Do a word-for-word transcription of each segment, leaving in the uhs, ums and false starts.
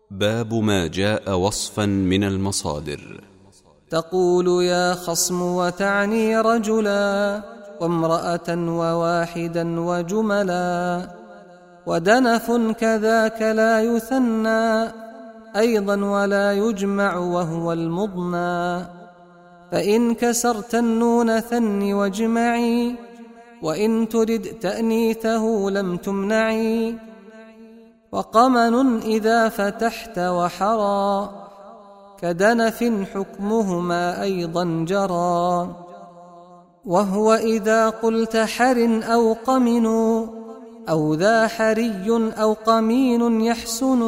باب ما جاء وصفا من المصادر. تقول يا خصم وتعني رجلا وامرأة وواحدا وجملا، ودنف كذاك لا يثنى أيضا ولا يجمع وهو المضنى. فإن كسرت النون ثني واجمعي، وإن ترد تأنيثه لم تمنعي. وقمن إذا فتحت وحرى كدنف حكمهما أيضا جرى. وهو إذا قلت حر أو قمن أو ذا حري أو قمين يحسن،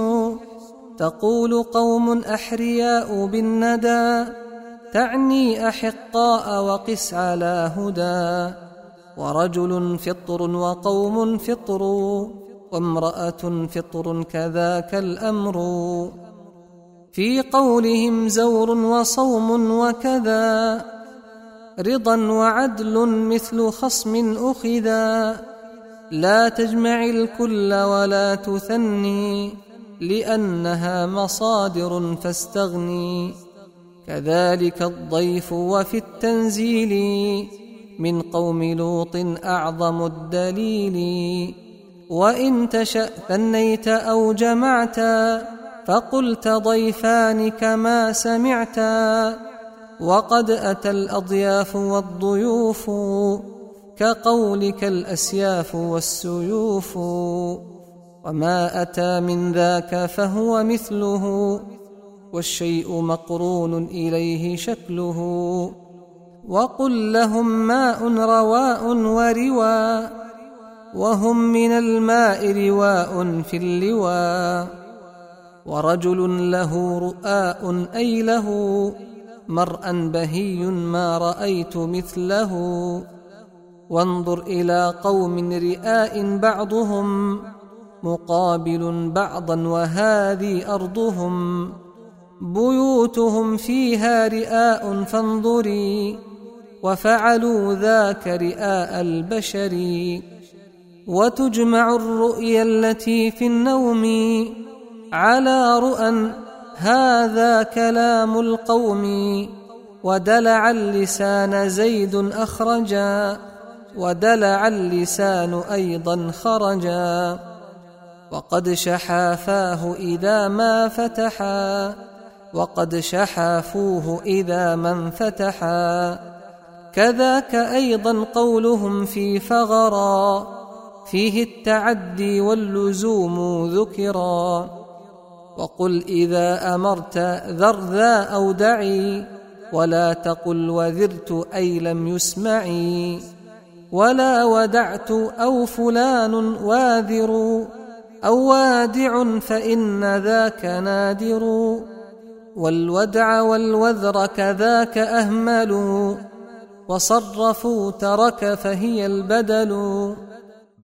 تقول قوم أحرياء بالندى تعني أحقاء وقس على هدى. ورجل فطر وقوم فطر وامرأة فطر كذاك الأمر. في قولهم زور وصوم وكذا رضا وعدل مثل خصم أخذا. لا تجمع الكل ولا تثني لأنها مصادر فاستغني. كذلك الضيف وفي التنزيل من قوم لوط أعظم الدليل. وإن تشأ ثنيت أو جمعت فقلت ضيفان كما سمعت. وقد أتى الأضياف والضيوف كقولك الأسياف والسيوف. وما أتى من ذاك فهو مثله والشيء مقرون إليه شكله. وقل لهم ماء رواء وروا وهم من الماء رواء في اللواء. ورجل له رؤاء أي له مرءا بهي ما رأيت مثله. وانظر إلى قوم رئاء بعضهم مقابل بعضا وهذه أرضهم. بيوتهم فيها رئاء فانظري وفعلوا ذاك رئاء البشر. وتجمع الرؤيا التي في النوم على رؤى هذا كلام القوم. ودلع اللسان زيد أخرجا ودلع اللسان أيضا خرجا. وقد شحا فاه إذا ما فتحا وقد شحا فوه إذا ما انفتحا. كذاك أيضا قولهم في فغرا فيه التعدي واللزوم ذكرا. وقل إذا أمرت ذر ذا أو دعي ولا تقل وذرت أي لم يسمعي. ولا ودعت أو فلان واذر أو وادع فإن ذاك نادر. والودع والوذر كذاك أهملوا وصرفوا ترك فهي البدل.